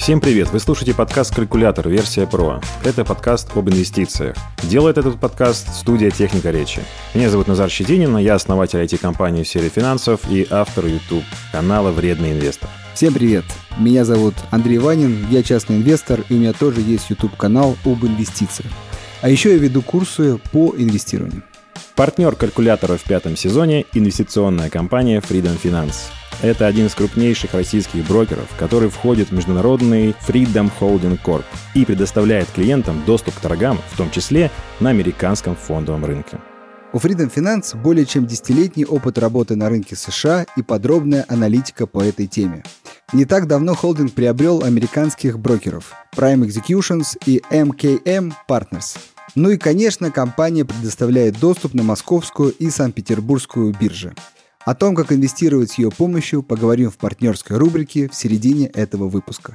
Всем привет! Вы слушаете подкаст «Калькулятор. Версия Pro». Это подкаст об инвестициях. Делает этот подкаст студия «Техника речи». Меня зовут Назар Щетинин, я основатель IT-компании в сфере финансов и автор YouTube-канала «Вредный инвестор». Всем привет! Меня зовут Андрей Ванин, я частный инвестор, и у меня тоже есть YouTube-канал об инвестициях. А еще я веду курсы по инвестированию. Партнер «Калькулятора» в 5 сезоне – инвестиционная компания Freedom Finance. Это один из крупнейших российских брокеров, который входит в международный Freedom Holding Corp. и предоставляет клиентам доступ к торгам, в том числе на американском фондовом рынке. У Freedom Finance более чем 10-летний опыт работы на рынке США и подробная аналитика по этой теме. Не так давно холдинг приобрел американских брокеров Prime Executions и MKM Partners. Ну и, конечно, компания предоставляет доступ на московскую и санкт-петербургскую биржи. О том, как инвестировать с ее помощью, поговорим в партнерской рубрике в середине этого выпуска.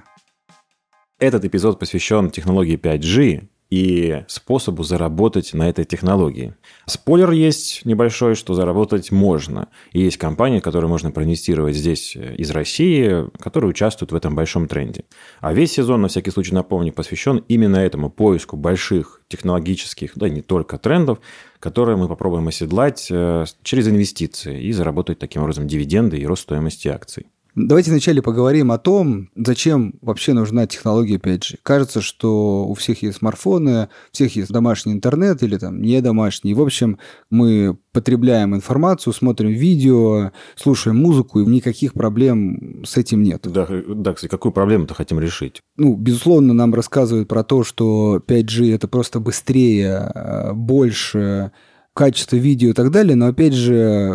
Этот эпизод посвящен технологии 5G и способу заработать на этой технологии. Спойлер есть небольшой, что заработать можно. И есть компании, которые можно проинвестировать здесь из России, которые участвуют в этом большом тренде. А весь сезон, на всякий случай напомню, посвящен именно этому поиску больших технологических, да и не только трендов, которые мы попробуем оседлать через инвестиции и заработать таким образом дивиденды и рост стоимости акций. Давайте вначале поговорим о том, зачем вообще нужна технология 5G. Кажется, что у всех есть смартфоны, у всех есть домашний интернет или там не домашний. В общем, мы потребляем информацию, смотрим видео, слушаем музыку, и никаких проблем с этим нет. Да, кстати, какую проблему-то хотим решить? Безусловно, нам рассказывают про то, что 5G – это просто быстрее, больше, качество видео и так далее, но, опять же,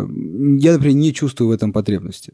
я, например, не чувствую в этом потребности.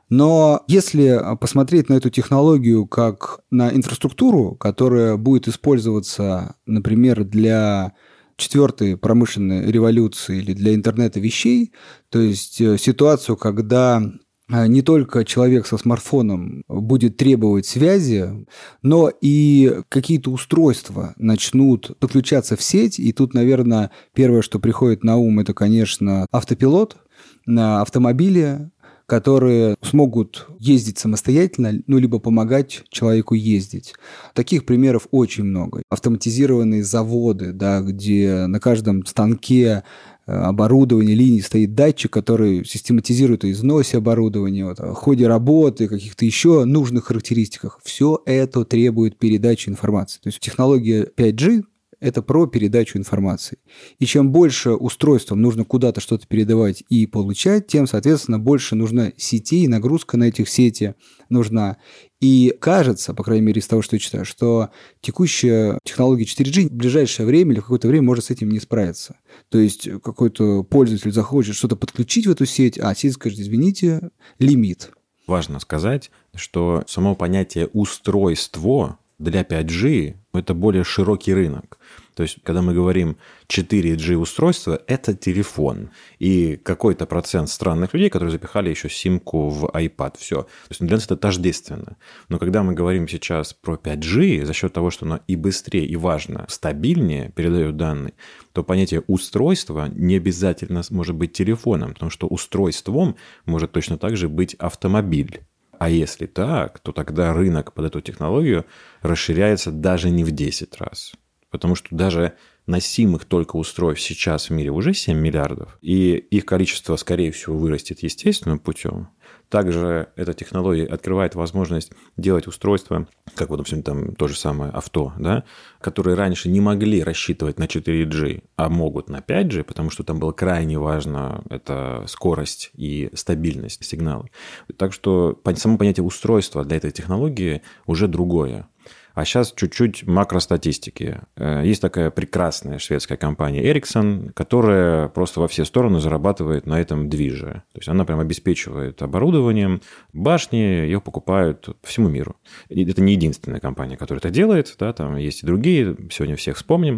Но если посмотреть на эту технологию как на инфраструктуру, которая будет использоваться, например, для четвертой промышленной революции или для интернета вещей, то есть ситуацию, когда не только человек со смартфоном будет требовать связи, но и какие-то устройства начнут подключаться в сеть. И тут, наверное, первое, что приходит на ум, это, конечно, автопилот на автомобиле, которые смогут ездить самостоятельно, либо помогать человеку ездить. Таких примеров очень много. Автоматизированные заводы, да, где на каждом станке оборудование линии стоит датчик, который систематизирует износе оборудования, о ходе работы, каких-то еще нужных характеристиках. Все это требует передачи информации. То есть технология 5G – это про передачу информации. И чем больше устройствам нужно куда-то что-то передавать и получать, тем, соответственно, больше нужно сетей, нагрузка на этих сети нужна. И кажется, по крайней мере, из того, что я читаю, что текущая технология 4G в ближайшее время или в какое-то время может с этим не справиться. То есть какой-то пользователь захочет что-то подключить в эту сеть, а сеть скажет: извините, лимит. Важно сказать, что само понятие «устройство» для 5G – это более широкий рынок. То есть, когда мы говорим 4G устройство, это телефон. И какой-то процент странных людей, которые запихали еще симку в iPad. Все. То есть, для нас это тождественно. Но когда мы говорим сейчас про 5G, за счет того, что оно и быстрее, и важно, стабильнее передает данные, то понятие устройства не обязательно может быть телефоном, потому что устройством может точно так же быть автомобиль. А если так, то тогда рынок под эту технологию расширяется даже не в 10 раз. Потому что даже носимых только устройств сейчас в мире уже 7 миллиардов, и их количество, скорее всего, вырастет естественным путем. Также эта технология открывает возможность делать устройства, как вот, допустим, там то же самое авто, да, которые раньше не могли рассчитывать на 4G, а могут на 5G, потому что там было крайне важно это скорость и стабильность сигнала. Так что само понятие устройства для этой технологии уже другое. А сейчас чуть-чуть макростатистики. Есть такая прекрасная шведская компания Ericsson, которая просто во все стороны зарабатывает на этом движе. То есть она прям обеспечивает оборудованием башни, ее покупают по всему миру. И это не единственная компания, которая это делает, да, там есть и другие, сегодня всех вспомним.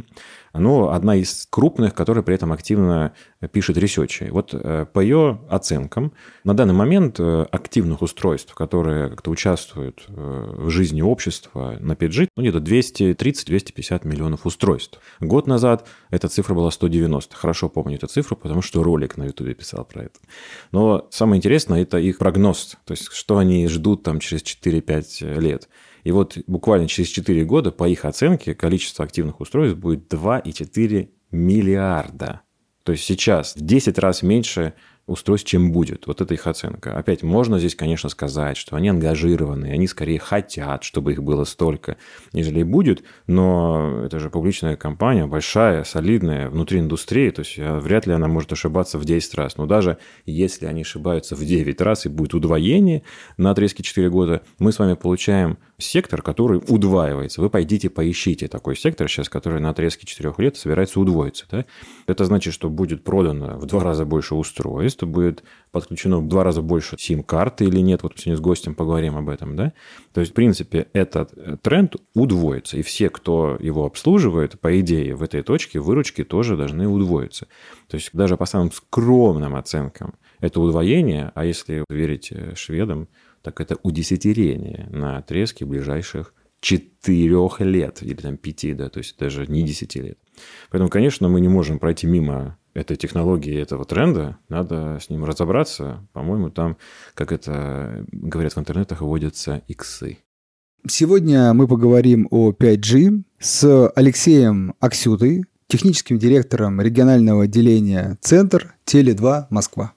Она одна из крупных, которая при этом активно пишет ресерчи. Вот по ее оценкам, на данный момент активных устройств, которые как-то участвуют в жизни общества на 5G, где-то 230-250 миллионов устройств. Год назад эта цифра была 190. Хорошо помню эту цифру, потому что ролик на Ютубе писал про это. Но самое интересное – это их прогноз. То есть, что они ждут там через 4-5 лет. И вот буквально через 4 года, по их оценке, количество активных устройств будет 2,4 миллиарда. То есть сейчас в 10 раз меньше устройств, чем будет. Вот это их оценка. Опять, можно здесь, конечно, сказать, что они ангажированы, они скорее хотят, чтобы их было столько, нежели будет, но это же публичная компания, большая, солидная, внутри индустрии, то есть вряд ли она может ошибаться в 10 раз. Но даже если они ошибаются в 9 раз и будет удвоение на отрезке 4 года, мы с вами получаем сектор, который удваивается. Вы пойдите поищите такой сектор сейчас, который на отрезке 4 лет собирается удвоиться. Да? Это значит, что будет продано в 2 раза больше устройств, будет подключено в 2 раза больше сим-карты или нет. Вот сегодня с гостем поговорим об этом. Да? То есть, в принципе, этот тренд удвоится. И все, кто его обслуживает, по идее, в этой точке выручки тоже должны удвоиться. То есть, даже по самым скромным оценкам это удвоение, а если верить шведам, так это удесятерение на отрезке ближайших 4 лет или там 5, да, то есть даже не 10 лет. Поэтому, конечно, мы не можем пройти мимо этой технологии, этого тренда, надо с ним разобраться. По-моему, там, как это говорят в интернетах, вводятся иксы. Сегодня мы поговорим о 5G с Алексеем Аксютой, техническим директором регионального отделения «Центр Теле2 Москва».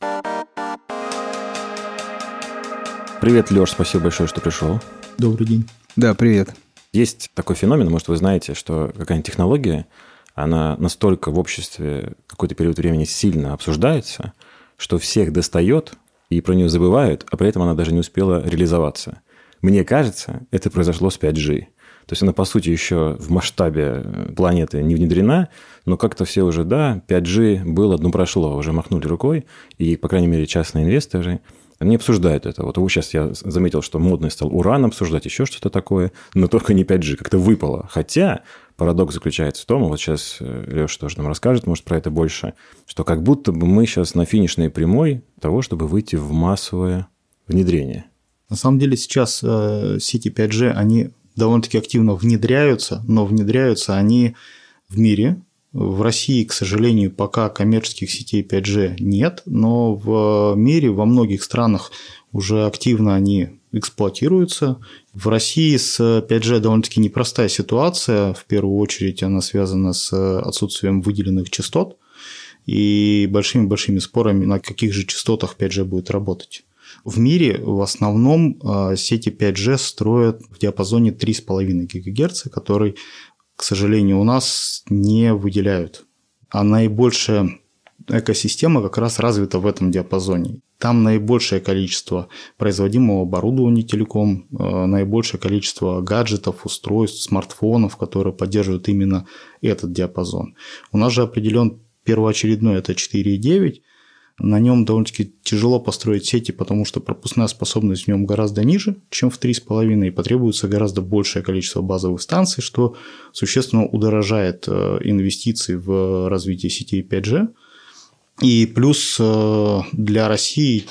Привет, Лёш, спасибо большое, что пришел. Добрый день. Да, привет. Есть такой феномен, может, вы знаете, что какая-нибудь технология, она настолько в обществе какой-то период времени сильно обсуждается, что всех достает и про нее забывают, а при этом она даже не успела реализоваться. Мне кажется, это произошло с 5G. То есть она, по сути, еще в масштабе планеты не внедрена, но как-то все уже, да, 5G было, прошло, уже махнули рукой, и, по крайней мере, частные инвесторы не обсуждают это. Вот сейчас я заметил, что модно стал уран обсуждать, еще что-то такое, но только не 5G, как-то выпало. Хотя парадокс заключается в том, вот сейчас Леша тоже нам расскажет, может, про это больше, что как будто бы мы сейчас на финишной прямой того, чтобы выйти в массовое внедрение. На самом деле сейчас сети 5G, они довольно-таки активно внедряются, но внедряются они в мире. В России, к сожалению, пока коммерческих сетей 5G нет, но в мире, во многих странах уже активно они эксплуатируются. В России с 5G довольно-таки непростая ситуация. В первую очередь она связана с отсутствием выделенных частот и большими-большими спорами, на каких же частотах 5G будет работать. В мире в основном сети 5G строят в диапазоне 3,5 ГГц, который, к сожалению, у нас не выделяют. А наибольшая экосистема как раз развита в этом диапазоне. Там наибольшее количество производимого оборудования телеком, наибольшее количество гаджетов, устройств, смартфонов, которые поддерживают именно этот диапазон. У нас же определен первоочередной, это 4,9. На нем довольно-таки тяжело построить сети, потому что пропускная способность в нем гораздо ниже, чем в 3,5, и потребуется гораздо большее количество базовых станций, что существенно удорожает инвестиции в развитие сетей 5G. И плюс для России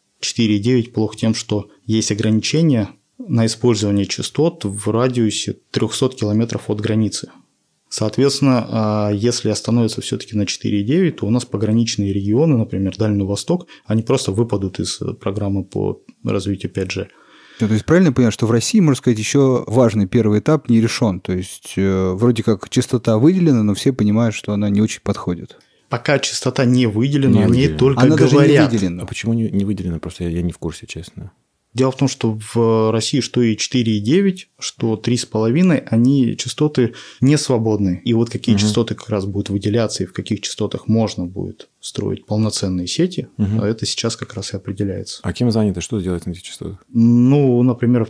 4,9 плохо тем, что есть ограничения на использование частот в радиусе 300 километров от границы. Соответственно, если остановится все-таки на 4,9, то у нас пограничные регионы, например, Дальний Восток, они просто выпадут из программы по развитию 5G. То есть правильно понимаю, что в России, можно сказать, еще важный первый этап не решен. То есть вроде как частота выделена, но все понимают, что она не очень подходит. Пока частота не выделена, о ней только она говорят. Даже не выделена. А почему не выделена? Просто я не в курсе, честно. Дело в том, что в России что и 4,9, что 3,5, они частоты не свободны. И вот какие частоты как раз будут выделяться, и в каких частотах можно будет строить полноценные сети, это сейчас как раз и определяется. А кем заняты? Что делать на этих частотах? Ну, например, в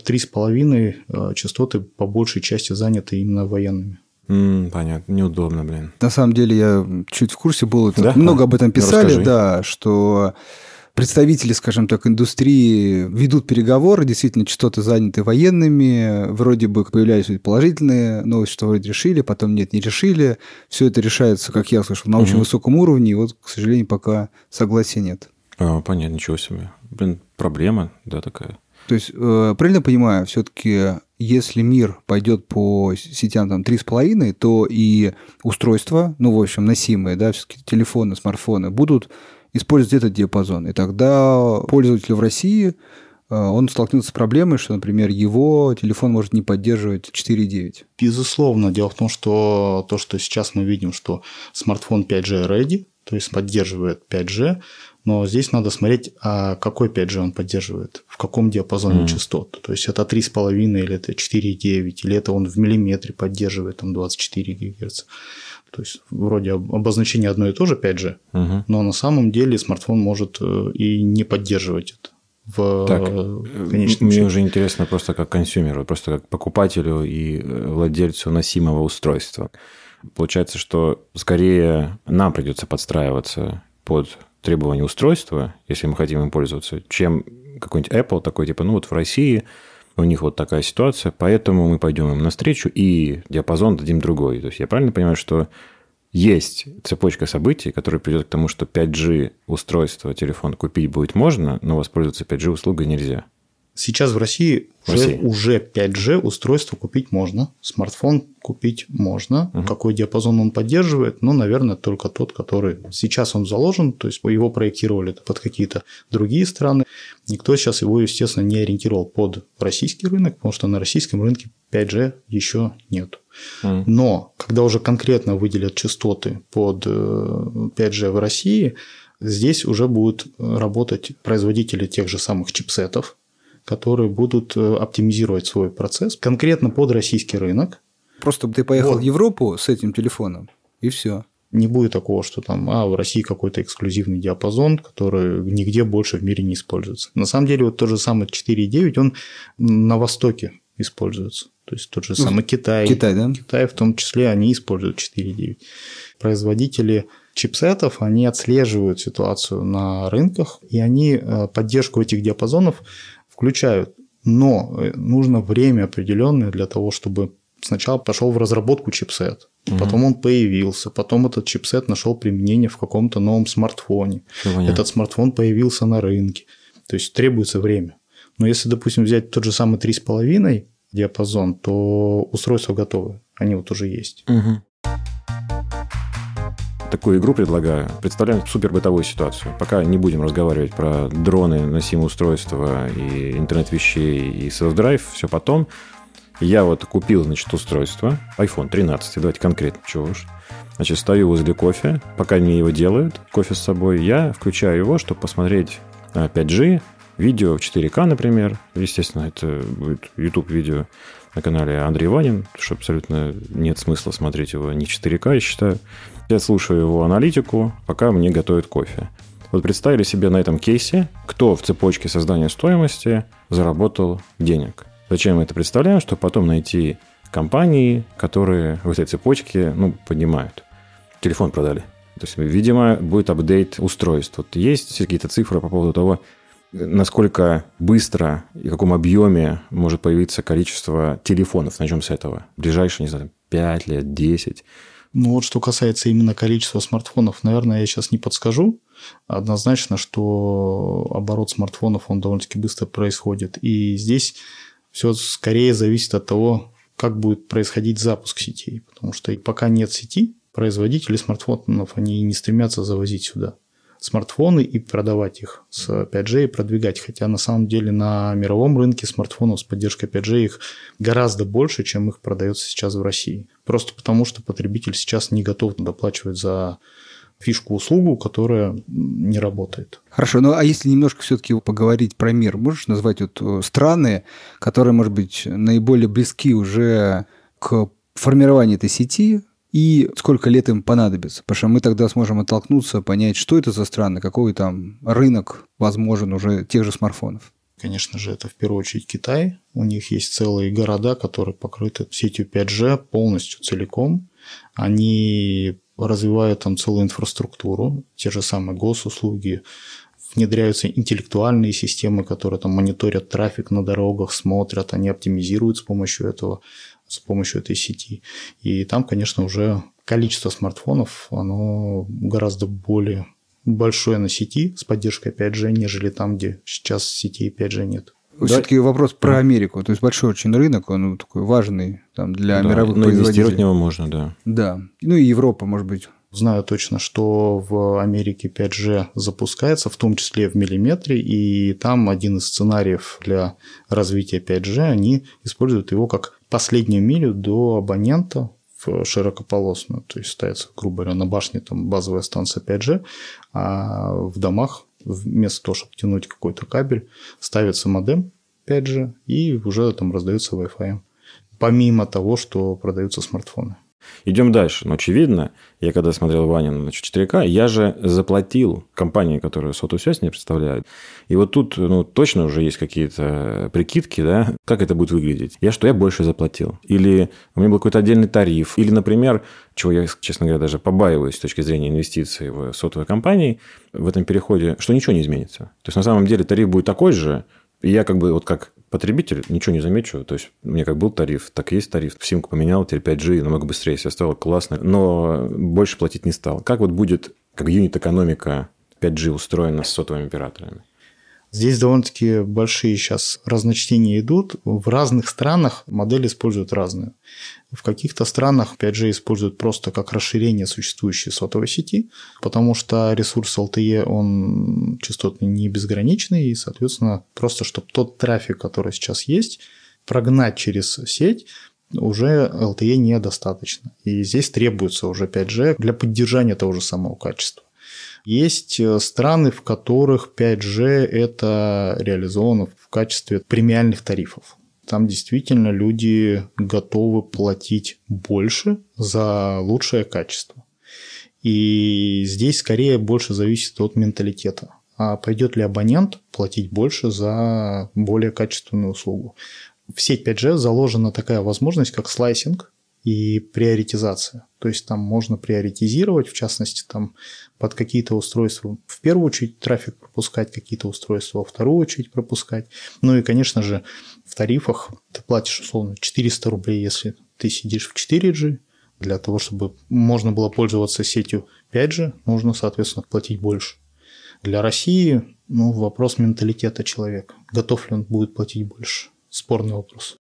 3,5 частоты по большей части заняты именно военными. Понятно, неудобно, блин. На самом деле я чуть в курсе был, Да? много об этом писали, Расскажи. да, что представители, скажем так, индустрии ведут переговоры, действительно, частоты заняты военными, вроде бы появлялись положительные новости, что вроде решили, потом нет, не решили. Все это решается, как я слышал, на очень высоком уровне, и вот, к сожалению, пока согласия нет. Понятно, ничего себе. Блин, проблема, да, такая. То есть, правильно понимаю, все-таки, если мир пойдет по сетям там 3,5, то и устройства, ну, в общем, носимые, да, все-таки телефоны, смартфоны, будут использовать этот диапазон. И тогда пользователю в России он столкнется с проблемой, что, например, его телефон может не поддерживать 4.9. Безусловно. Дело в том, что то, что сейчас мы видим, что смартфон 5G ready, то есть поддерживает 5G, но здесь надо смотреть, а какой 5G он поддерживает, в каком диапазоне частот. То есть это 3,5 или это 4,9, или это он в миллиметре поддерживает там 24 ГГц. То есть вроде обозначение одно и то же 5G, но на самом деле смартфон может и не поддерживать это. Мне уже интересно просто как консюмеру, просто как покупателю и владельцу носимого устройства. Получается, что скорее нам придется подстраиваться под требования устройства, если мы хотим им пользоваться, чем какой-нибудь Apple такой, типа, ну вот в России у них вот такая ситуация, поэтому мы пойдем им навстречу и диапазон дадим другой. То есть я правильно понимаю, что есть цепочка событий, которая приведет к тому, что 5G устройство, телефон купить будет можно, но воспользоваться 5G услугой нельзя? Сейчас в России уже 5G устройство купить можно, смартфон купить можно. Какой диапазон он поддерживает? Ну, наверное, только тот, который сейчас он заложен, то есть его проектировали под какие-то другие страны. Никто сейчас его, естественно, не ориентировал под российский рынок, потому что на российском рынке 5G еще нет. Но когда уже конкретно выделят частоты под 5G в России, здесь уже будут работать производители тех же самых чипсетов, которые будут оптимизировать свой процесс конкретно под российский рынок. Просто ты поехал в Европу с этим телефоном, и все. Не будет такого, что там в России какой-то эксклюзивный диапазон, который нигде больше в мире не используется. На самом деле, вот тот же самый 4.9, он на Востоке используется. То есть тот же самый Китай. Да? Китай в том числе, они используют 4.9. Производители чипсетов, они отслеживают ситуацию на рынках, и они поддержку этих диапазонов включают. Но нужно время определенное для того, чтобы сначала пошел в разработку чипсет, потом он появился, потом этот чипсет нашел применение в каком-то новом смартфоне. Этот смартфон появился на рынке. То есть требуется время. Но если, допустим, взять тот же самый 3,5 диапазон, то устройства готовы. Они вот уже есть. Такую игру предлагаю. Представляем супербытовую ситуацию. Пока не будем разговаривать про дроны, носимые устройства и интернет вещей и self-drive, все потом. Я вот купил, значит, устройство, iPhone 13, давайте конкретно, чего уж. Значит, стою возле кофе, пока мне его делают, кофе с собой, я включаю его, чтобы посмотреть 5G, видео в 4К, например. Естественно, это будет YouTube-видео на канале Андрей Ванин, потому что абсолютно нет смысла смотреть его не в 4К, я считаю. Я слушаю его аналитику, пока мне готовят кофе. Вот представили себе на этом кейсе, кто в цепочке создания стоимости заработал денег. Зачем мы это представляем? Чтобы потом найти компании, которые в этой цепочке поднимают. Телефон продали. То есть, видимо, будет апдейт устройств. Вот есть какие-то цифры по поводу того, насколько быстро и в каком объеме может появиться количество телефонов. Начнем с этого. Ближайшие, не знаю, 5 лет, 10. Ну вот что касается именно количества смартфонов, наверное, я сейчас не подскажу. Однозначно, что оборот смартфонов, он довольно-таки быстро происходит. И здесь все скорее зависит от того, как будет происходить запуск сетей. Потому что пока нет сети, производители смартфонов, они не стремятся завозить сюда смартфоны и продавать их с 5G и продвигать. Хотя на самом деле на мировом рынке смартфонов с поддержкой 5G их гораздо больше, чем их продается сейчас в России. Просто потому, что потребитель сейчас не готов доплачивать за фишку-услугу, которая не работает. Хорошо, ну а если немножко все-таки поговорить про мир, можешь назвать вот страны, которые, может быть, наиболее близки уже к формированию этой сети, и сколько лет им понадобится? Потому что мы тогда сможем оттолкнуться, понять, что это за страны, какой там рынок возможен уже тех же смартфонов. Конечно же, это в первую очередь Китай. У них есть целые города, которые покрыты сетью 5G полностью, целиком. Они развивают там целую инфраструктуру, те же самые госуслуги, внедряются интеллектуальные системы, которые там мониторят трафик на дорогах, смотрят, они оптимизируют с помощью этой сети. И там, конечно, уже количество смартфонов, оно гораздо более большое на сети с поддержкой 5G, нежели там, где сейчас сетей 5G нет. Все-таки вопрос про Америку. То есть большой очень рынок, он такой важный там, для мировых производителей. Инвестировать в него можно, да. Да. Ну и Европа, может быть. Знаю точно, что в Америке 5G запускается, в том числе в миллиметре, и там один из сценариев для развития 5G, они используют его как последнюю милю до абонента в широкополосную. То есть ставится, грубо говоря, на башне там базовая станция 5G, а в домах вместо того, чтобы тянуть какой-то кабель, ставится модем 5G и уже там раздается Wi-Fi. Помимо того, что продаются смартфоны. Идем дальше. Но очевидно, я когда смотрел Ванин 4К, я же заплатил компании, которая сотовую связь мне представляет. И вот тут точно уже есть какие-то прикидки, да, как это будет выглядеть. Я больше заплатил? Или у меня был какой-то отдельный тариф? Или, например, чего я, честно говоря, даже побаиваюсь с точки зрения инвестиций в сотовые компании, в этом переходе, что ничего не изменится. То есть, на самом деле, тариф будет такой же, и я как потребитель ничего не замечу. То есть, у меня как был тариф, так и есть тариф. Симку поменял, теперь 5G, намного быстрее все стало, классно. Но больше платить не стал. Как вот будет, как юнит-экономика 5G устроена с сотовыми операторами? Здесь довольно-таки большие сейчас разночтения идут. В разных странах модели используют разные. В каких-то странах 5G используют просто как расширение существующей сотовой сети, потому что ресурс LTE, он частотный не безграничный, и, соответственно, просто чтобы тот трафик, который сейчас есть, прогнать через сеть, уже LTE недостаточно. И здесь требуется уже 5G для поддержания того же самого качества. Есть страны, в которых 5G это реализовано в качестве премиальных тарифов. Там действительно люди готовы платить больше за лучшее качество. И здесь скорее больше зависит от менталитета. А пойдет ли абонент платить больше за более качественную услугу? В сеть 5G заложена такая возможность, как слайсинг и приоритизация. То есть там можно приоритизировать, в частности, там под какие-то устройства в первую очередь трафик пропускать, какие-то устройства во вторую очередь пропускать. Ну и, конечно же, в тарифах ты платишь условно 400 рублей, если ты сидишь в 4G. Для того, чтобы можно было пользоваться сетью 5G, нужно, соответственно, платить больше. Для России вопрос менталитета человека. Готов ли он будет платить больше? Спорный вопрос.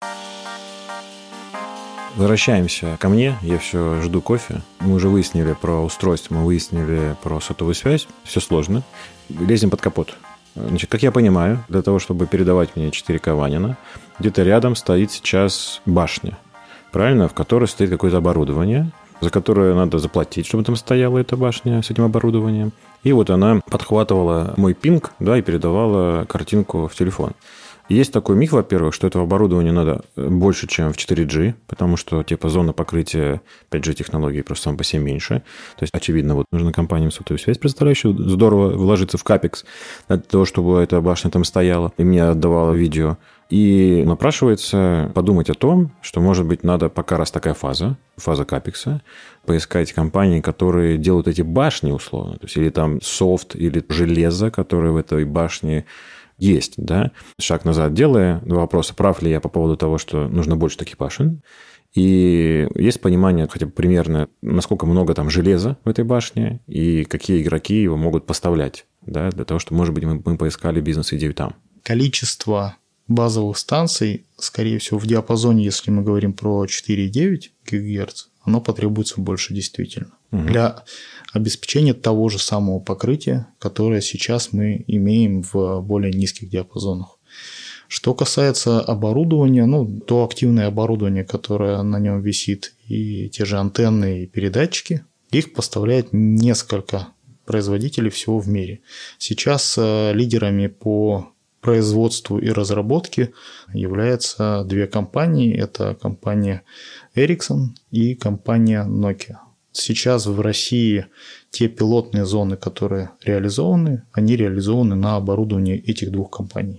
Возвращаемся ко мне. Я все жду кофе. Мы уже выяснили про устройство, мы выяснили про сотовую связь. Все сложно. Лезем под капот. Значит, как я понимаю, для того, чтобы передавать мне 4К Ванина, где-то рядом стоит сейчас башня, правильно, в которой стоит какое-то оборудование, за которое надо заплатить, чтобы там стояла эта башня с этим оборудованием. И вот она подхватывала мой пинг, да, и передавала картинку в телефон. Есть такой миф, во-первых, что этого оборудования надо больше, чем в 4G, потому что зона покрытия 5G технологий просто сам по себе меньше. То есть, очевидно, нужно компаниям сотовую связь, представляющую, здорово вложиться в капекс для того, чтобы эта башня там стояла и мне отдавала видео. И напрашивается подумать о том, что, может быть, надо, пока раз такая фаза капекса, поискать компании, которые делают эти башни условно. То есть, или там софт, или железо, которое в этой башне есть, да. Шаг назад делая, два вопроса, прав ли я по поводу того, что нужно больше таких башен, и есть понимание хотя бы примерно, насколько много там железа в этой башне, и какие игроки его могут поставлять, да, для того, чтобы, может быть, мы поискали бизнес-идею там. Количество базовых станций, скорее всего, в диапазоне, если мы говорим про 4,9 ГГц, оно потребуется больше действительно. Угу. Для обеспечения того же самого покрытия, которое сейчас мы имеем в более низких диапазонах. Что касается оборудования, то активное оборудование, которое на нем висит, и те же антенны и передатчики, их поставляет несколько производителей всего в мире. Сейчас лидерами по производству и разработке являются две компании. Это компания Ericsson и компания Nokia. Сейчас в России те пилотные зоны, которые реализованы, они реализованы на оборудовании этих двух компаний.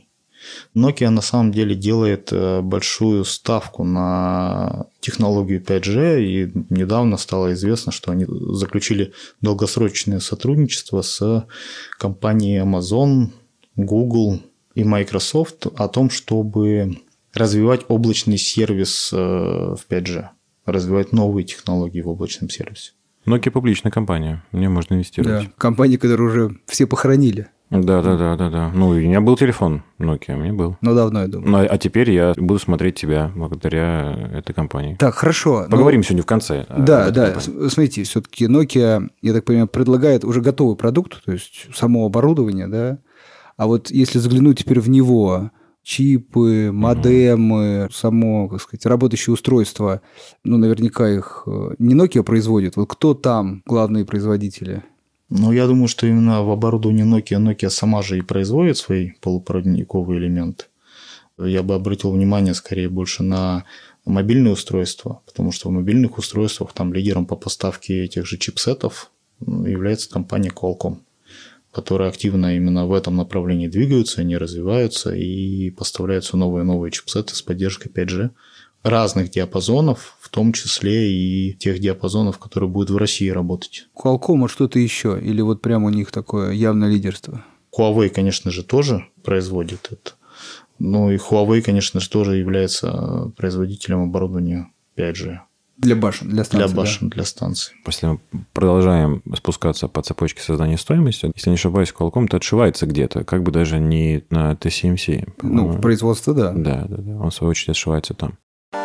Nokia на самом деле делает большую ставку на технологию 5G, и недавно стало известно, что они заключили долгосрочное сотрудничество с компанией Amazon, Google и Microsoft о том, чтобы развивать облачный сервис в 5G, развивать новые технологии в облачном сервисе. Nokia публичная компания, в нее можно инвестировать. Да, компании, которые уже все похоронили. Да. Ну, у меня был телефон Nokia, у меня был. Но давно, я думаю. Ну, а теперь я буду смотреть тебя благодаря этой компании. Так, хорошо. Поговорим сегодня в конце. Да. Смотрите, все-таки Nokia, я так понимаю, предлагает уже готовый продукт, то есть само оборудование, да. А вот если заглянуть теперь в него, чипы, модемы, само, как сказать, работающее устройство, ну, наверняка их не Nokia производит. Вот кто там главные производители? Ну, я думаю, что именно в оборудовании Nokia сама же и производит свои полупроводниковые элементы. Я бы обратил внимание скорее больше на мобильные устройства, потому что в мобильных устройствах там лидером по поставке этих же чипсетов является компания Qualcomm, которая активно именно в этом направлении двигаются, они развиваются и поставляются новые чипсеты с поддержкой 5G разных диапазонов, в том числе и тех диапазонов, которые будут в России работать. Qualcomm, что-то еще? Или вот прямо у них такое явное лидерство? Huawei, конечно же, тоже производит это. Ну и Huawei, конечно же, тоже является производителем оборудования 5G. Для башен, для станций. Для башен, да? Для станций. Если мы продолжаем спускаться по цепочке создания стоимости, если не ошибаюсь, Qualcomm-то отшивается где-то, как бы даже не на TSMC. Ну, производство, да. Да. Он, в свою очередь, отшивается там.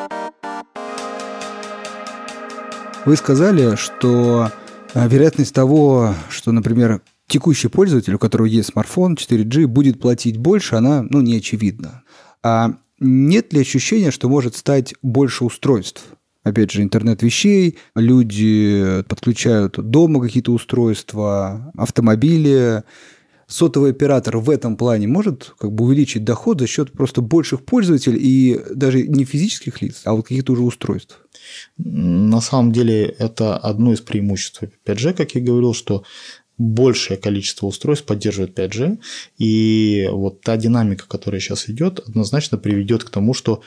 Вы сказали, что вероятность того, что, например, текущий пользователь, у которого есть смартфон 4G, будет платить больше, она, не очевидна. А нет ли ощущения, что может стать больше устройств? Опять же, интернет вещей, люди подключают дома какие-то устройства, автомобили. Сотовый оператор в этом плане может увеличить доход за счет просто больших пользователей и даже не физических лиц, а вот каких-то уже устройств? На самом деле это одно из преимуществ 5G, как я говорил, что большее количество устройств поддерживает 5G, и вот та динамика, которая сейчас идет, однозначно приведет к тому, что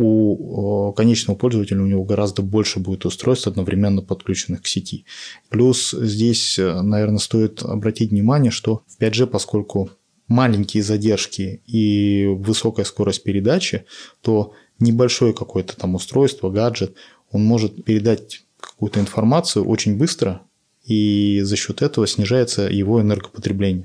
у конечного пользователя у него гораздо больше будет устройств, одновременно подключенных к сети. Плюс здесь, наверное, стоит обратить внимание, что в 5G, поскольку маленькие задержки и высокая скорость передачи, то небольшое какое-то там устройство, гаджет, он может передать какую-то информацию очень быстро, и за счет этого снижается его энергопотребление.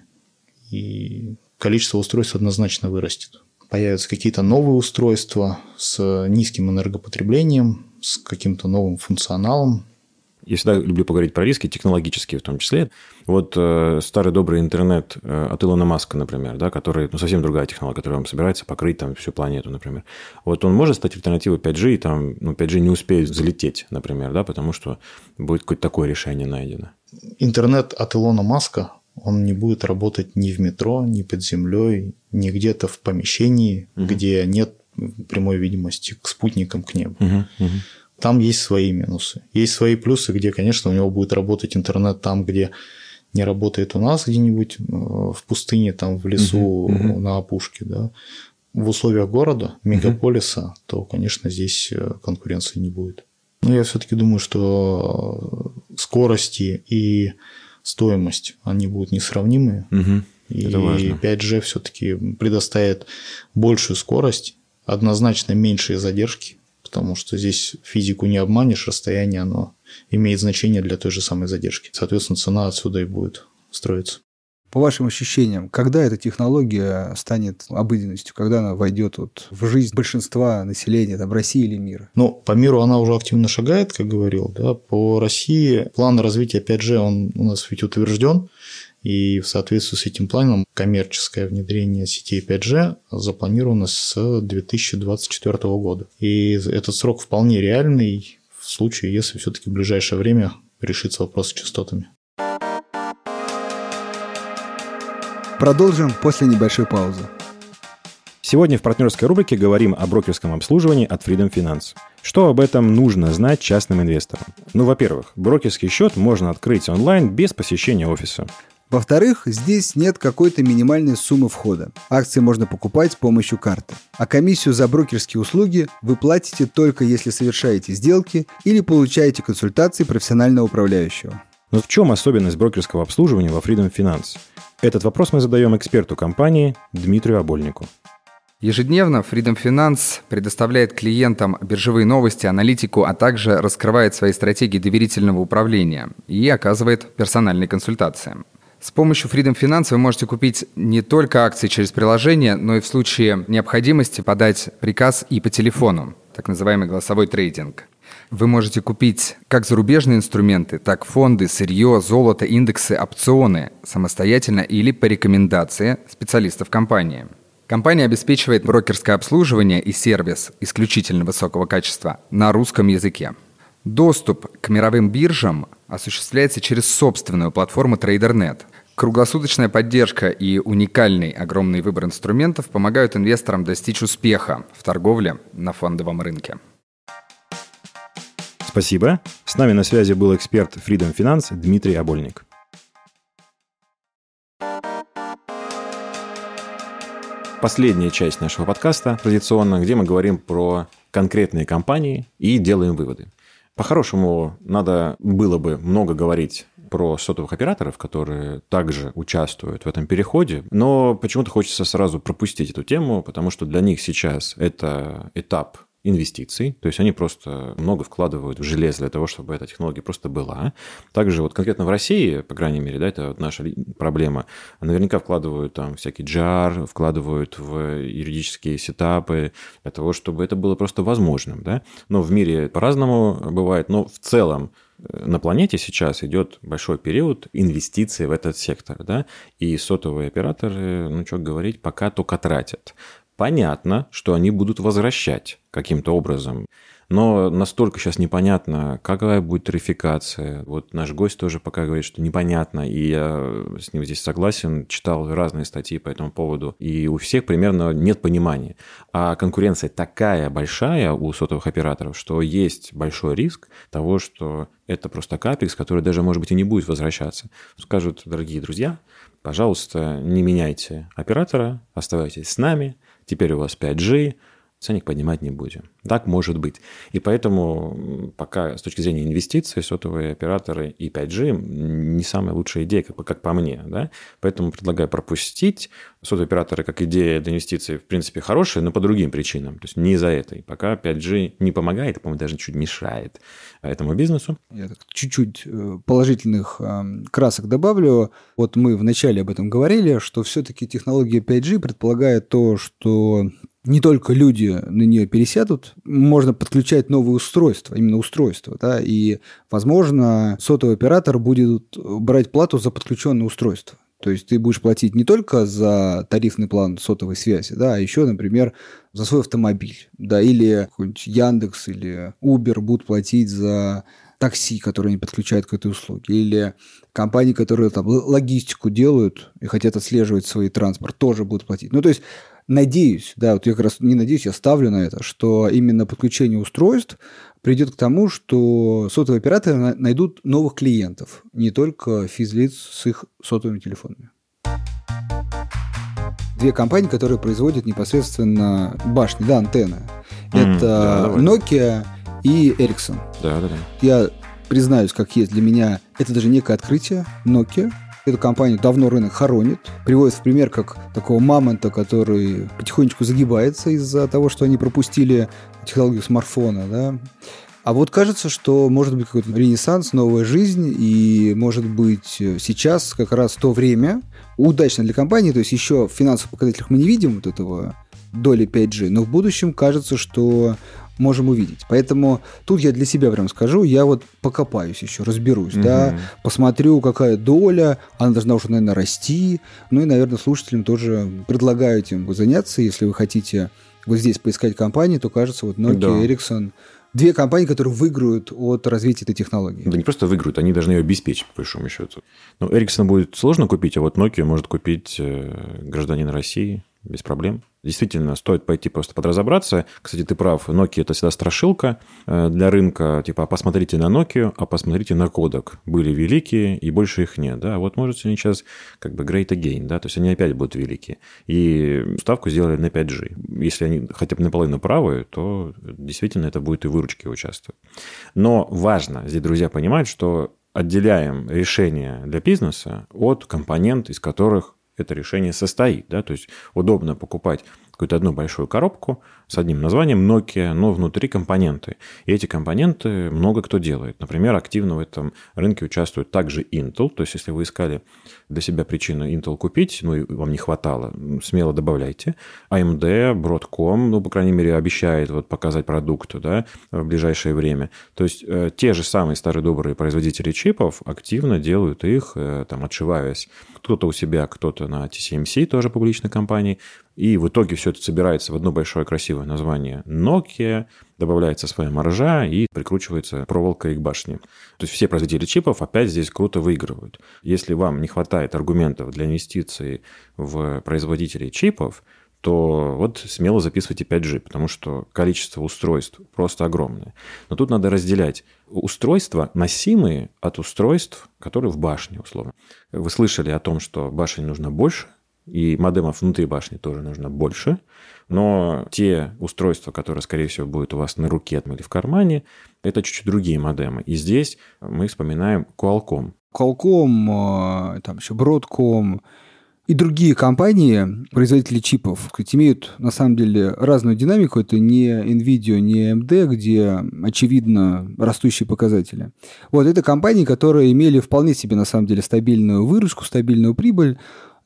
И количество устройств однозначно вырастет. Появятся какие-то новые устройства с низким энергопотреблением, с каким-то новым функционалом. Я всегда люблю поговорить про риски, технологические в том числе. Вот старый добрый интернет от Илона Маска, например, да, который совсем другая технология, которая он собирается покрыть там всю планету, например. Вот он может стать альтернативой 5G, и там 5G не успеет залететь, например, да, потому что будет какое-то такое решение найдено. Интернет от Илона Маска, он не будет работать ни в метро, ни под землей, ни где-то в помещении, где нет прямой видимости к спутникам, к небу. Там есть свои минусы. Есть свои плюсы, где, конечно, у него будет работать интернет там, где не работает у нас где-нибудь в пустыне, там в лесу, на опушке. Да. В условиях города, мегаполиса, то, конечно, здесь конкуренции не будет. Но я все-таки думаю, что скорости и стоимость, они будут несравнимые. И 5G все-таки предоставит большую скорость, однозначно меньшие задержки, потому что здесь физику не обманешь, расстояние оно имеет значение для той же самой задержки. Соответственно, цена отсюда и будет строиться. По вашим ощущениям, когда эта технология станет обыденностью, когда она войдет в жизнь большинства населения России или мира? По миру она уже активно шагает, как говорил. Да? По России план развития 5G он у нас ведь утвержден. И в соответствии с этим планом коммерческое внедрение сетей 5G запланировано с 2024 года. И этот срок вполне реальный в случае, если все-таки в ближайшее время решится вопрос с частотами. Продолжим после небольшой паузы. Сегодня в партнерской рубрике говорим о брокерском обслуживании от Freedom Finance. Что об этом нужно знать частным инвесторам? Во-первых, брокерский счет можно открыть онлайн без посещения офиса. Во-вторых, здесь нет какой-то минимальной суммы входа. Акции можно покупать с помощью карты. А комиссию за брокерские услуги вы платите только если совершаете сделки или получаете консультации профессионального управляющего. Но в чем особенность брокерского обслуживания во Freedom Finance? Этот вопрос мы задаем эксперту компании Дмитрию Абольнику. Ежедневно Freedom Finance предоставляет клиентам биржевые новости, аналитику, а также раскрывает свои стратегии доверительного управления и оказывает персональные консультации. С помощью Freedom Finance вы можете купить не только акции через приложение, но и в случае необходимости подать приказ и по телефону, так называемый голосовой трейдинг. Вы можете купить как зарубежные инструменты, так фонды, сырье, золото, индексы, опционы самостоятельно или по рекомендации специалистов компании. Компания обеспечивает брокерское обслуживание и сервис исключительно высокого качества на русском языке. Доступ к мировым биржам осуществляется через собственную платформу TraderNet. Круглосуточная поддержка и уникальный огромный выбор инструментов помогают инвесторам достичь успеха в торговле на фондовом рынке. Спасибо. С нами на связи был эксперт Freedom Finance Дмитрий Абольник. Последняя часть нашего подкаста традиционно, где мы говорим про конкретные компании и делаем выводы. По-хорошему, надо было бы много говорить про сотовых операторов, которые также участвуют в этом переходе, но почему-то хочется сразу пропустить эту тему, потому что для них сейчас это этап инвестиций, то есть они просто много вкладывают в железо для того, чтобы эта технология просто была. Также вот конкретно в России, по крайней мере, да, это вот наша проблема, наверняка вкладывают там всякий GR, вкладывают в юридические сетапы для того, чтобы это было просто возможным, да. Но в мире по-разному бывает, но в целом на планете сейчас идет большой период инвестиций в этот сектор, да, и сотовые операторы, ну что говорить, пока только тратят. Понятно, что они будут возвращать каким-то образом, но настолько сейчас непонятно, какая будет тарификация. Вот наш гость тоже пока говорит, что непонятно, и я с ним здесь согласен, читал разные статьи по этому поводу, и у всех примерно нет понимания. А конкуренция такая большая у сотовых операторов, что есть большой риск того, что это просто капекс, который даже, может быть, и не будет возвращаться. Скажут, дорогие друзья, пожалуйста, не меняйте оператора, оставайтесь с нами, теперь у вас 5G, ценник поднимать не будем. Так может быть. И поэтому пока с точки зрения инвестиций сотовые операторы и 5G не самая лучшая идея, как по мне. Да? Поэтому предлагаю пропустить. Сотовые операторы как идея для инвестиций в принципе хорошая, но по другим причинам. То есть не из-за этой. Пока 5G не помогает, а, по-моему, даже чуть мешает этому бизнесу. Я так чуть-чуть положительных красок добавлю. Вот мы вначале об этом говорили, что все-таки технология 5G предполагает то, что не только люди на нее пересядут, можно подключать новые устройства, именно устройства, да, и, возможно, сотовый оператор будет брать плату за подключенное устройство. То есть ты будешь платить не только за тарифный план сотовой связи, да, а еще, например, за свой автомобиль, да, или какой-нибудь Яндекс или Uber будут платить за такси, которые они подключают к этой услуге, или компании, которые там логистику делают и хотят отслеживать свой транспорт, тоже будут платить. Ну, то есть надеюсь, да, вот я как раз не надеюсь, я ставлю на это, что именно подключение устройств придет к тому, что сотовые операторы найдут новых клиентов, не только физлиц с их сотовыми телефонами. Две компании, которые производят непосредственно башни, да, антенны. Это Nokia и Ericsson. Да. Я признаюсь, как есть, для меня это даже некое открытие. Nokia. Эту компанию давно рынок хоронит. Приводит в пример как такого мамонта, который потихонечку загибается из-за того, что они пропустили технологию смартфона. Да? А вот кажется, что может быть какой-то ренессанс, новая жизнь, и может быть сейчас как раз то время, удачно для компании, то есть еще в финансовых показателях мы не видим вот этого доли 5G, но в будущем кажется, что можем увидеть. Поэтому тут я для себя прям скажу, я вот покопаюсь еще, разберусь, да, посмотрю, какая доля, она должна уже, наверное, расти. Ну и, наверное, слушателям тоже предлагаю этим заняться. Если вы хотите вот здесь поискать компании, то, кажется, вот Nokia и Ericsson две компании, которые выиграют от развития этой технологии. Да не просто выиграют, они должны ее обеспечить, по большому счету. Но Ericsson будет сложно купить, а вот Nokia может купить гражданин России. без проблем. Действительно, стоит пойти просто подразобраться. Кстати, ты прав, Nokia – это всегда страшилка для рынка. Типа, посмотрите на Nokia, а посмотрите на Kodak. Были великие, и больше их нет. Да? Вот, может, они сейчас как бы great again, да? То есть они опять будут великие. И ставку сделали на 5G. Если они хотя бы наполовину правы, то действительно это будет и выручки участвовать. Но важно здесь, друзья, понимать, что отделяем решение для бизнеса от компонент, из которых это решение состоит. Да? То есть удобно покупать какую-то одну большую коробку с одним названием Nokia, но внутри компоненты. И эти компоненты много кто делает. Например, активно в этом рынке участвует также Intel. То есть если вы искали для себя причину Intel купить, ну и вам не хватало, смело добавляйте. AMD, Broadcom, ну, по крайней мере, обещает вот показать продукт, да, в ближайшее время. То есть те же самые старые добрые производители чипов активно делают их, там, отшиваясь. Кто-то у себя, кто-то на TSMC, тоже публичной компании. И в итоге все это собирается в одно большое красивое название Nokia, добавляется своя маржа и прикручивается проволокой к башне. То есть все производители чипов опять здесь круто выигрывают. Если вам не хватает аргументов для инвестиций в производителей чипов, то вот смело записывайте 5G, потому что количество устройств просто огромное. Но тут надо разделять устройства носимые от устройств, которые в башне, условно. Вы слышали о том, что башне нужно больше, и модемов внутри башни тоже нужно больше, но те устройства, которые, скорее всего, будут у вас на руке или в кармане, это чуть-чуть другие модемы. И здесь мы вспоминаем Qualcomm. Qualcomm, там еще Broadcom и другие компании, производители чипов, имеют на самом деле разную динамику. Это не NVIDIA, не AMD, где очевидно растущие показатели. Вот это компании, которые имели вполне себе на самом деле стабильную выручку, стабильную прибыль,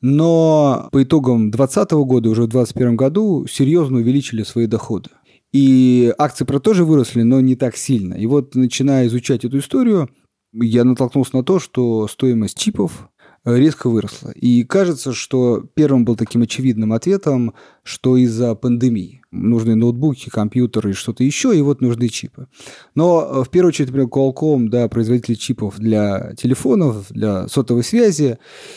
но по итогам 2020 года, уже в 2021 году, серьезно увеличили свои доходы. И акции про тоже выросли, но не так сильно. И вот, начиная изучать эту историю, я натолкнулся на то, что стоимость чипов резко выросла. И кажется, что первым был таким очевидным ответом, что из-за пандемии нужны ноутбуки, компьютеры и что-то еще, и вот нужны чипы. Но в первую очередь, например, Qualcomm, да, производитель чипов для телефонов, для сотовой связи.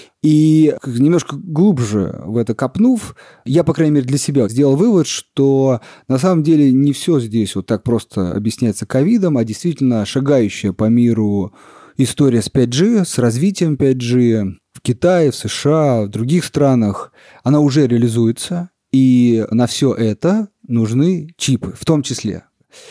И немножко глубже в это копнув, я, по крайней мере, для себя сделал вывод, что на самом деле не все здесь вот так просто объясняется ковидом, а действительно шагающая по миру история с 5G, с развитием 5G в Китае, в США, в других странах, она уже реализуется, и на все это нужны чипы, в том числе.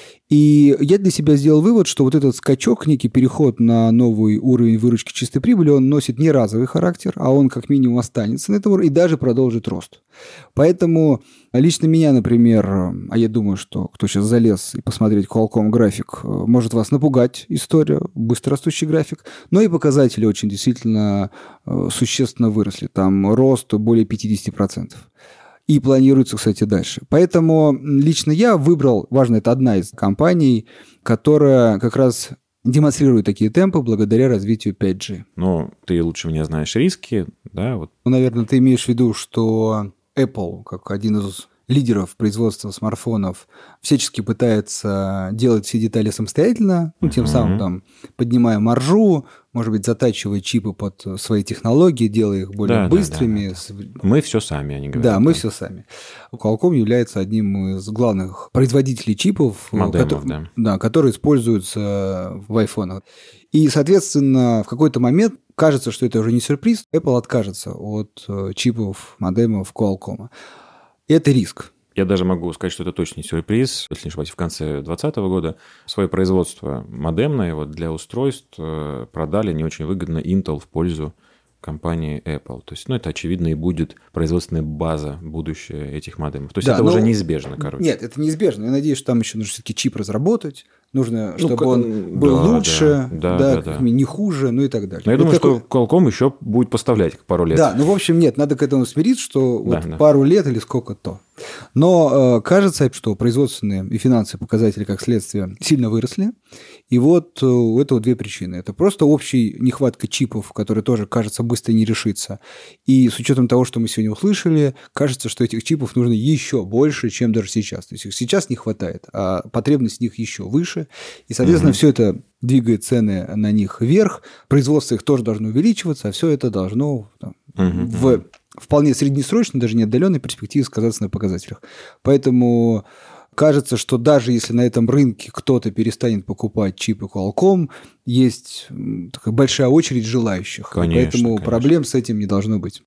И я для себя сделал вывод, что вот этот скачок, некий переход на новый уровень выручки чистой прибыли, он носит не разовый характер, а он как минимум останется на этом уровне и даже продолжит рост. Поэтому лично меня, например, а я думаю, что кто сейчас залез и посмотреть Qualcomm график, может вас напугать история, быстрорастущий график, но и показатели очень действительно существенно выросли. Там рост более 50%. И планируется, кстати, дальше. Поэтому лично я выбрал, важно, это одна из компаний, которая как раз демонстрирует такие темпы благодаря развитию 5G. Ну, ты лучше меня знаешь риски, да? Вот. Ну, наверное, ты имеешь в виду, что Apple, как один из лидеров производства смартфонов, всячески пытается делать все детали самостоятельно, ну, тем самым там, поднимая маржу, может быть, затачивая чипы под свои технологии, делая их более быстрыми. Да. Мы все сами, они говорят. Да, мы все сами. Qualcomm является одним из главных производителей чипов, модемов, которые используются в айфонах. И, соответственно, в какой-то момент кажется, что это уже не сюрприз, Apple откажется от чипов, модемов Qualcomm. Это риск. Я даже могу сказать, что это точно не сюрприз. Если не ошибаюсь, в конце 2020 года свое производство модемное вот для устройств продали не очень выгодно Intel в пользу компании Apple. То есть, это, очевидно, и будет производственная база будущее этих модемов. То есть, это уже неизбежно, короче. Нет, это неизбежно. Я надеюсь, что там еще нужно все-таки чип разработать. Нужно, чтобы он был лучше, не хуже, ну и так далее. Но я думаю, что Qualcomm еще будет поставлять пару лет. Да, в общем, нет, надо к этому смириться, что пару лет или сколько-то. Но кажется, что производственные и финансовые показатели, как следствие, сильно выросли. И вот у этого две причины. Это просто общая нехватка чипов, которая тоже, кажется, быстро не решится. И с учетом того, что мы сегодня услышали, кажется, что этих чипов нужно еще больше, чем даже сейчас. То есть их сейчас не хватает, а потребность в них еще выше. И, соответственно, все это двигает цены на них вверх. Производство их тоже должно увеличиваться, а все это должно в вполне среднесрочной, даже не отдаленной перспективе сказаться на показателях. Поэтому кажется, что даже если на этом рынке кто-то перестанет покупать чипы Qualcomm, есть такая большая очередь желающих. Конечно, поэтому проблем с этим не должно быть.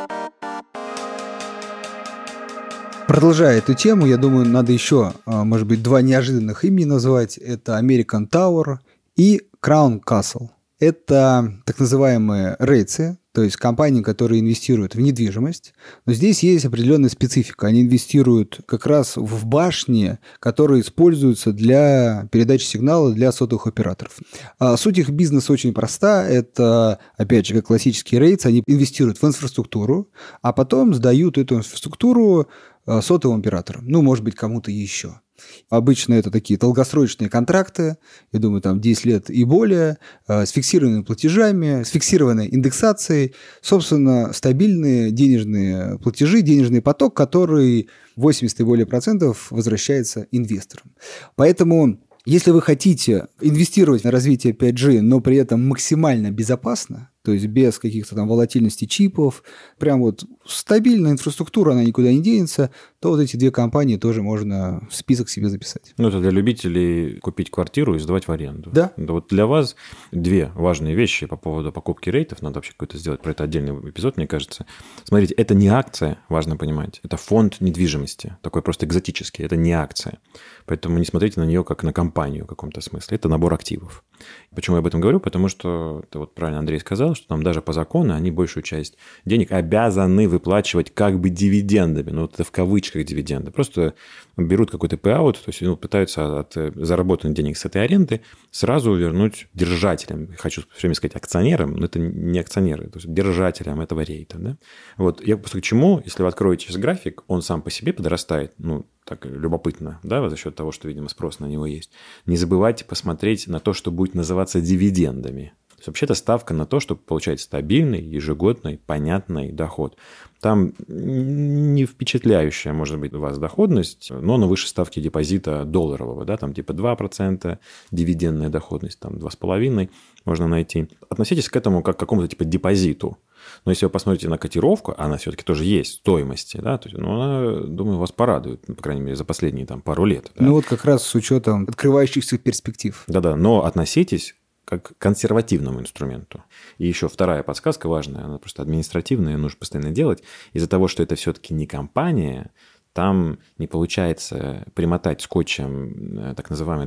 Продолжая эту тему, я думаю, надо еще, может быть, два неожиданных имени назвать. Это American Tower и Crown Castle. Это так называемые рейцы, то есть компании, которые инвестируют в недвижимость. Но здесь есть определенная специфика. Они инвестируют как раз в башни, которые используются для передачи сигнала для сотовых операторов. Суть их бизнеса очень проста. Это, опять же, как классические рейцы, они инвестируют в инфраструктуру, а потом сдают эту инфраструктуру сотовым операторам. Ну, может быть, кому-то еще. Обычно это такие долгосрочные контракты, я думаю, там 10 лет и более, с фиксированными платежами, с фиксированной индексацией, собственно, стабильные денежные платежи, денежный поток, который 80 и более процентов возвращается инвесторам. Поэтому, если вы хотите инвестировать в развитие 5G, но при этом максимально безопасно, то есть без каких-то там волатильностей чипов, прям вот стабильная инфраструктура, она никуда не денется, то вот эти две компании тоже можно в список себе записать. Ну, это для любителей купить квартиру и сдавать в аренду. Да. Вот для вас две важные вещи по поводу покупки рейтов. Надо вообще какой-то сделать про это отдельный эпизод, мне кажется. Смотрите, это не акция, важно понимать. Это фонд недвижимости, такой просто экзотический. Это не акция. Поэтому не смотрите на нее как на компанию в каком-то смысле. Это набор активов. Почему я об этом говорю? Потому что, ты вот правильно, Андрей, сказал, что там даже по закону они большую часть денег обязаны выплачивать как бы дивидендами. Ну, вот это в кавычках дивиденды. Просто берут какой-то payout, то есть пытаются от заработанных денег с этой аренды сразу вернуть держателям. Хочу все время сказать акционерам, но это не акционеры, то есть держателям этого рейта. Да? Вот я просто к чему, если вы откроете сейчас график, он сам по себе подрастает, ну, так любопытно, да, за счет того, что, видимо, спрос на него есть. Не забывайте посмотреть на то, что будет называться дивидендами. То есть, вообще-то ставка на то, чтобы получать стабильный, ежегодный, понятный доход. Там не впечатляющая, может быть, у вас доходность, но на выше ставки депозита долларового, да, там типа 2% дивидендная доходность, там 2,5% можно найти. Относитесь к этому как к какому-то типа депозиту. Но если вы посмотрите на котировку, она все-таки тоже есть в стоимости, да, то есть, ну, она, думаю, вас порадует, по крайней мере, за последние там пару лет. Да? Ну, вот как раз с учетом открывающихся перспектив. Да-да, но относитесь как к консервативному инструменту. И еще вторая подсказка важная, она просто административная, ее нужно постоянно делать. Из-за того, что это все-таки не компания, там не получается примотать скотчем так называемый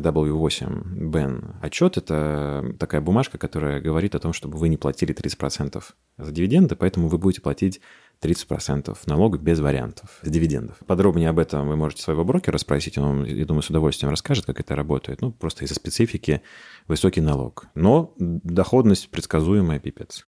W8BEN отчет. Это такая бумажка, которая говорит о том, чтобы вы не платили 30% за дивиденды, поэтому вы будете платить 30% налога без вариантов с дивидендов. Подробнее об этом вы можете своего брокера спросить, он, я думаю, с удовольствием расскажет, как это работает. Ну, просто из-за специфики высокий налог. Но доходность предсказуемая, пипец.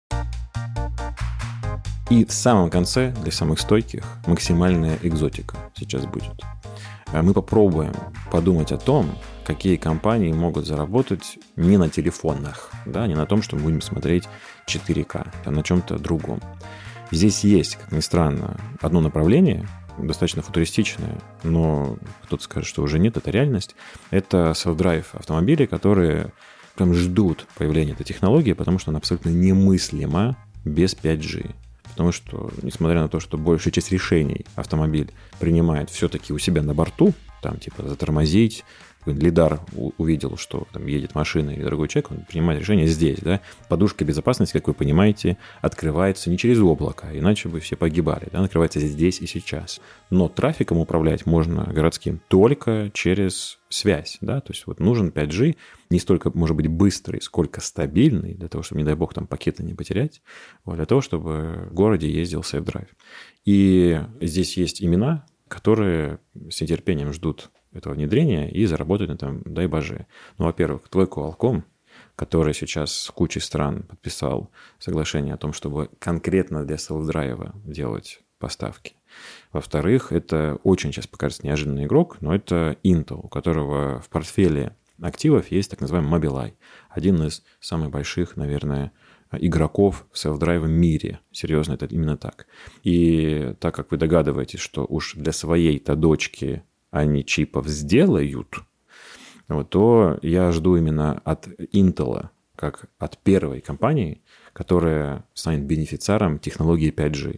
И в самом конце, для самых стойких, максимальная экзотика сейчас будет. Мы попробуем подумать о том, какие компании могут заработать не на телефонах, да, не на том, что мы будем смотреть 4К, а на чем-то другом. Здесь есть, как ни странно, одно направление, достаточно футуристичное, но кто-то скажет, что уже нет, это реальность. Это self-drive автомобили, которые прям ждут появления этой технологии, потому что она абсолютно немыслима без 5G. Потому что, несмотря на то, что большая часть решений автомобиль принимает все-таки у себя на борту, там типа затормозить, лидар увидел, что там едет машина или другой человек, он принимает решение здесь, да. Подушка безопасности, как вы понимаете, открывается не через облако, иначе бы все погибали, да, она открывается здесь и сейчас. Но трафиком управлять можно городским только через связь, да, то есть вот нужен 5G не столько, может быть, быстрый, сколько стабильный, для того, чтобы, не дай бог, там пакеты не потерять, вот, для того, чтобы в городе ездил self-drive. И здесь есть имена, которые с нетерпением ждут этого внедрения и заработать на этом, дай боже. Ну, во-первых, твой Qualcomm, который сейчас с кучей стран подписал соглашение о том, чтобы конкретно для self-drive делать поставки. Во-вторых, это очень сейчас покажется неожиданный игрок, но это Intel, у которого в портфеле активов есть так называемый Mobileye, один из самых больших, наверное, игроков в self-drive мире. Серьезно, это именно так. И так как вы догадываетесь, что уж для своей-то дочки они чипов сделают, вот, то я жду именно от Intel, как от первой компании, которая станет бенефициаром технологии 5G.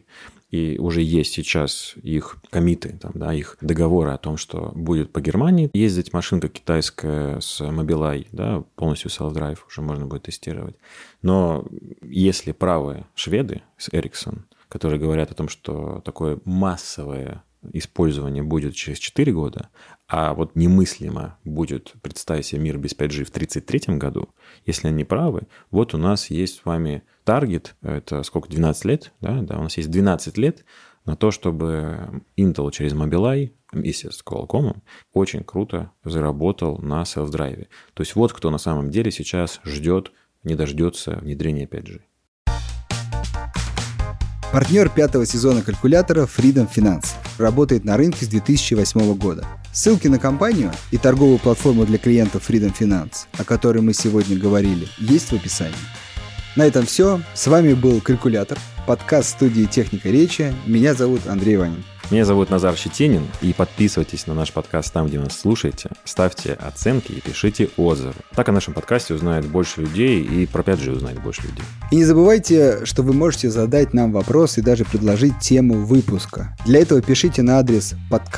и уже есть сейчас их коммиты, там, да, их договоры о том, что будет по Германии ездить машинка китайская с Mobileye, да, полностью self-drive уже можно будет тестировать. Но если правы шведы с Ericsson, которые говорят о том, что такое массовое использование будет через 4 года, а вот немыслимо будет представить себе мир без 5G в 1933 году, если они правы, вот у нас есть с вами таргет, это сколько, 12 лет, да, у нас есть 12 лет на то, чтобы Intel через Mobileye, если с Qualcomm, очень круто заработал на self-drive. То есть вот кто на самом деле сейчас ждет, не дождется внедрения 5G. Партнер 5-го сезона калькулятора Freedom Finance работает на рынке с 2008 года. Ссылки на компанию и торговую платформу для клиентов Freedom Finance, о которой мы сегодня говорили, есть в описании. На этом все. С вами был Калькулятор, подкаст студии «Техника речи». Меня зовут Андрей Ванин. Меня зовут Назар Щетинин, и подписывайтесь на наш подкаст там, где нас слушаете, ставьте оценки и пишите отзывы. Так о нашем подкасте узнает больше людей, и про 5G узнает больше людей. И не забывайте, что вы можете задать нам вопрос и даже предложить тему выпуска. Для этого пишите на адрес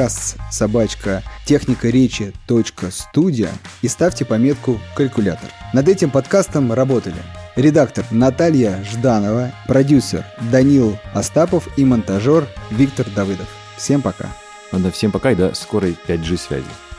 podcast@техникаречи.студия и ставьте пометку «Калькулятор». Над этим подкастом работали редактор Наталья Жданова, продюсер Данил Остапов и монтажер Виктор Давыдов. Всем пока. Всем пока и до скорой 5G связи.